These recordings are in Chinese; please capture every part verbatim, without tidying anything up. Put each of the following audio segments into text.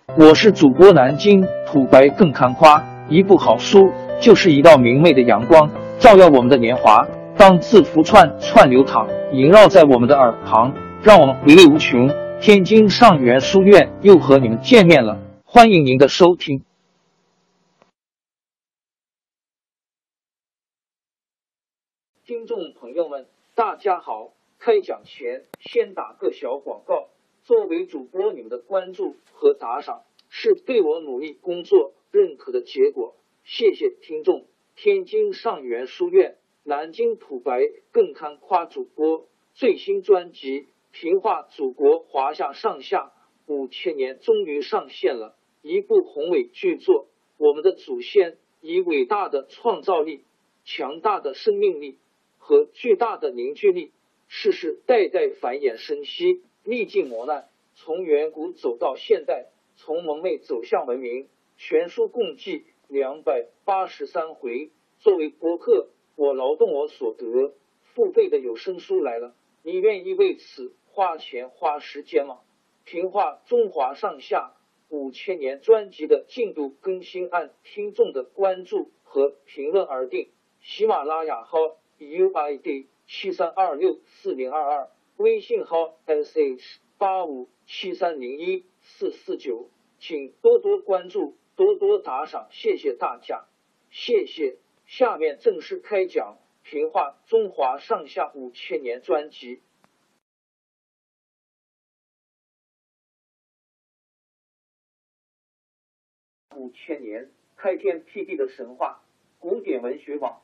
我是主播南京土白更看花，一部好书就是一道明媚的阳光，照耀我们的年华。当字符串串流淌，萦绕在我们的耳旁，让我们回味无穷。天津上元书院又和你们见面了，欢迎您的收听。听众朋友们，大家好！开讲前先打个小广告。作为主播，你们的关注和打赏是对我努力工作认可的结果，谢谢听众。天津上元书院、南京土白更看花主播最新专辑《平话祖国华夏上下五千年》终于上线了，一部宏伟巨作。我们的祖先以伟大的创造力、强大的生命力和巨大的凝聚力，世世代代繁衍生息，历尽磨难，从远古走到现代，从蒙昧走向文明。全书共计两百八十三回。作为播客，我劳动我所得，付费的有声书来了，你愿意为此花钱花时间吗？评话中华上下五千年专辑的进度更新按听众的关注和评论而定。喜马拉雅号 U I D 七三二六四零二二，微信号 S H 八五七三零一四四九，请多多关注，多多打赏，谢谢大家，谢谢。下面正式开讲，评话中华上下五千年专辑。五千年，开天辟地的神话。古典文学网。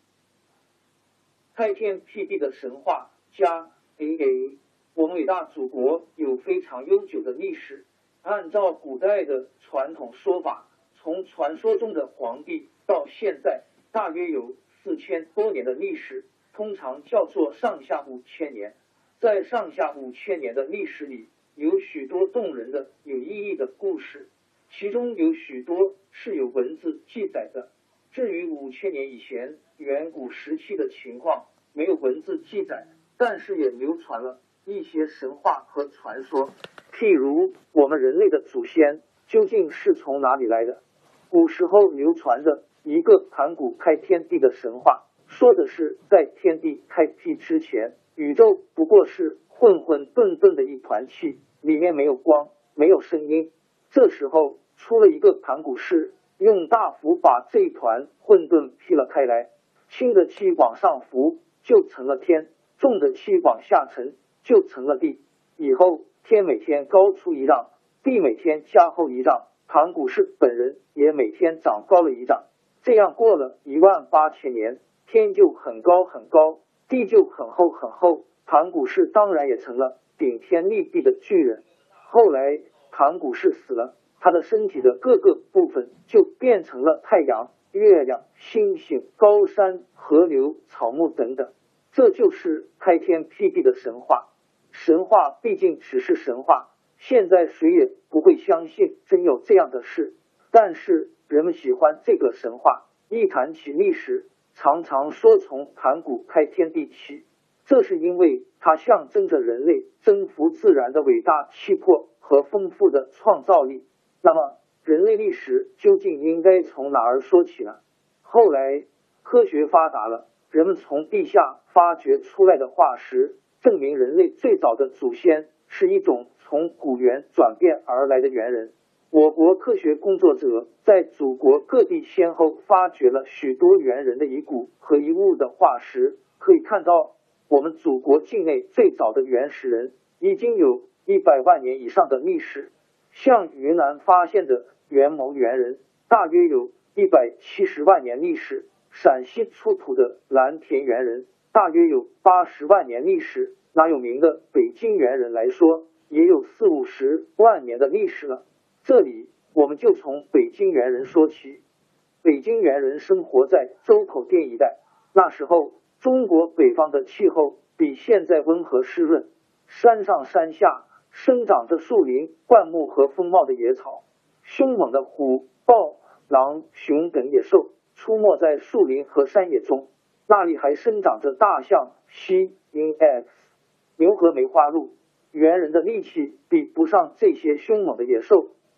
开天辟地的神话加 A A， 我们伟大祖国有非常悠久的历史。按照古代的传统说法，从传说中的皇帝到现在，大约有四千多年的历史，通常叫做上下五千年。在上下五千年的历史里，有许多动人的、有意义的故事，其中有许多是有文字记载的。至于五千年以前远古时期的情况，没有文字记载，但是也流传了一些神话和传说。譬如我们人类的祖先究竟是从哪里来的？古时候流传着一个盘古开天地的神话，说的是在天地开辟之前，宇宙不过是混混沌沌的一团气，里面没有光，没有声音。这时候出了一个盘古师，用大符把这一团混沌劈了开来，轻的气往上浮就成了天，重的气往下沉就成了地。以后天每天高出一丈，地每天加厚一丈，盘古师本人也每天长高了一丈。这样过了一万八千年，天就很高很高，地就很厚很厚，盘古师当然也成了顶天立地的巨人。后来盘古师死了，他的身体的各个部分就变成了太阳、月亮、星星、高山、河流、草木等等。这就是开天辟地的神话。神话毕竟只是神话，现在谁也不会相信真有这样的事，但是人们喜欢这个神话，一谈起历史，常常说从盘古开天地起，这是因为它象征着人类征服自然的伟大气魄和丰富的创造力。那么人类历史究竟应该从哪儿说起呢？后来科学发达了，人们从地下发掘出来的化石证明人类最早的祖先是一种从古猿转变而来的猿人。我国科学工作者在祖国各地先后发掘了许多猿人的遗骨和遗物的化石，可以看到我们祖国境内最早的原始人已经有一百万年以上的历史。像云南发现的元谋猿人大约有一百七十万年历史，陕西出土的蓝田猿人大约有八十万年历史，拿有名的北京猿人来说，也有四五十万年的历史了。这里我们就从北京猿人说起。北京猿人生活在周口店一带，那时候中国北方的气候比现在温和湿润，山上山下生长着树林、灌木和丰茂的野草，凶猛的虎、豹、狼、熊等野兽出没在树林和山野中，那里还生长着大象、犀、鹰、X、牛和梅花鹿。猿人的力气比不上这些凶猛的野兽，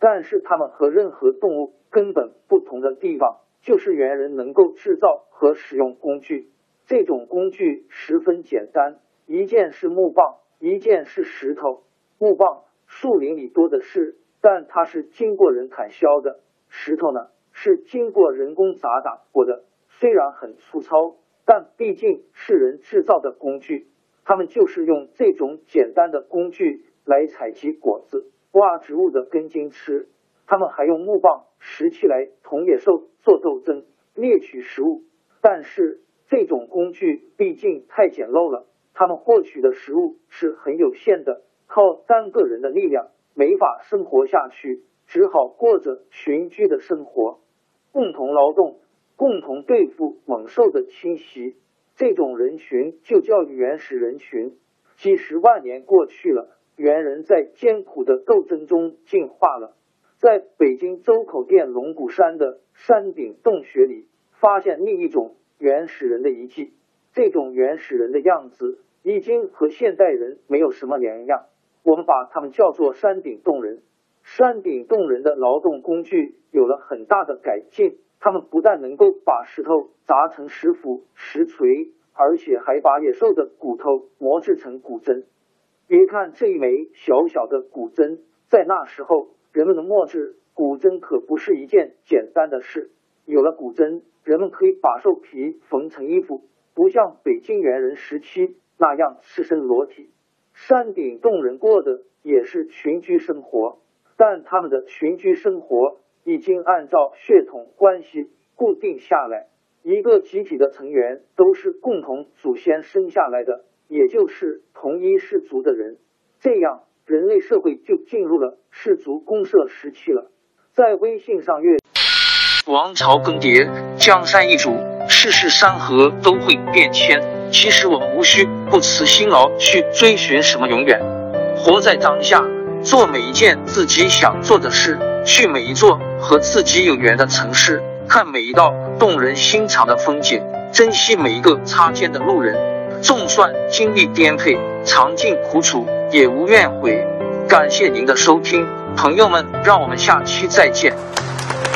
但是它们和任何动物根本不同的地方，就是猿人能够制造和使用工具。这种工具十分简单，一件是木棒，一件是石头。木棒树林里多的是，但它是经过人砍削的；石头呢，是经过人工砸打过的。虽然很粗糙，但毕竟是人制造的工具。他们就是用这种简单的工具来采集果子、挖植物的根茎吃。他们还用木棒、石器来同野兽做斗争，猎取食物。但是这种工具毕竟太简陋了，他们获取的食物是很有限的，靠单个人的力量没法生活下去，只好过着群居的生活，共同劳动，共同对付猛兽的侵袭。这种人群就叫原始人群。几十万年过去了，猿人在艰苦的斗争中进化了。在北京周口店龙骨山的山顶洞穴里，发现另一种原始人的遗迹。这种原始人的样子已经和现代人没有什么两样，我们把他们叫做山顶洞人。山顶洞人的劳动工具有了很大的改进，他们不但能够把石头砸成石斧、石锤，而且还把野兽的骨头磨制成骨针。别看这一枚小小的骨针，在那时候人们的磨制骨针可不是一件简单的事。有了骨针，人们可以把兽皮缝成衣服，不像北京猿人时期那样赤身裸体。山顶洞人过的也是群居生活，但他们的群居生活已经按照血统关系固定下来。一个集体的成员都是共同祖先生下来的，也就是同一氏族的人。这样人类社会就进入了氏族公社时期了。在微信上阅王朝更迭，江山易主，世事山河都会变迁。其实我们无需不辞辛劳去追寻什么永远，活在当下，做每一件自己想做的事，去每一座和自己有缘的城市，看每一道动人心肠的风景，珍惜每一个擦肩的路人。纵算经历颠沛，尝尽苦楚，也无怨悔。感谢您的收听，朋友们，让我们下期再见。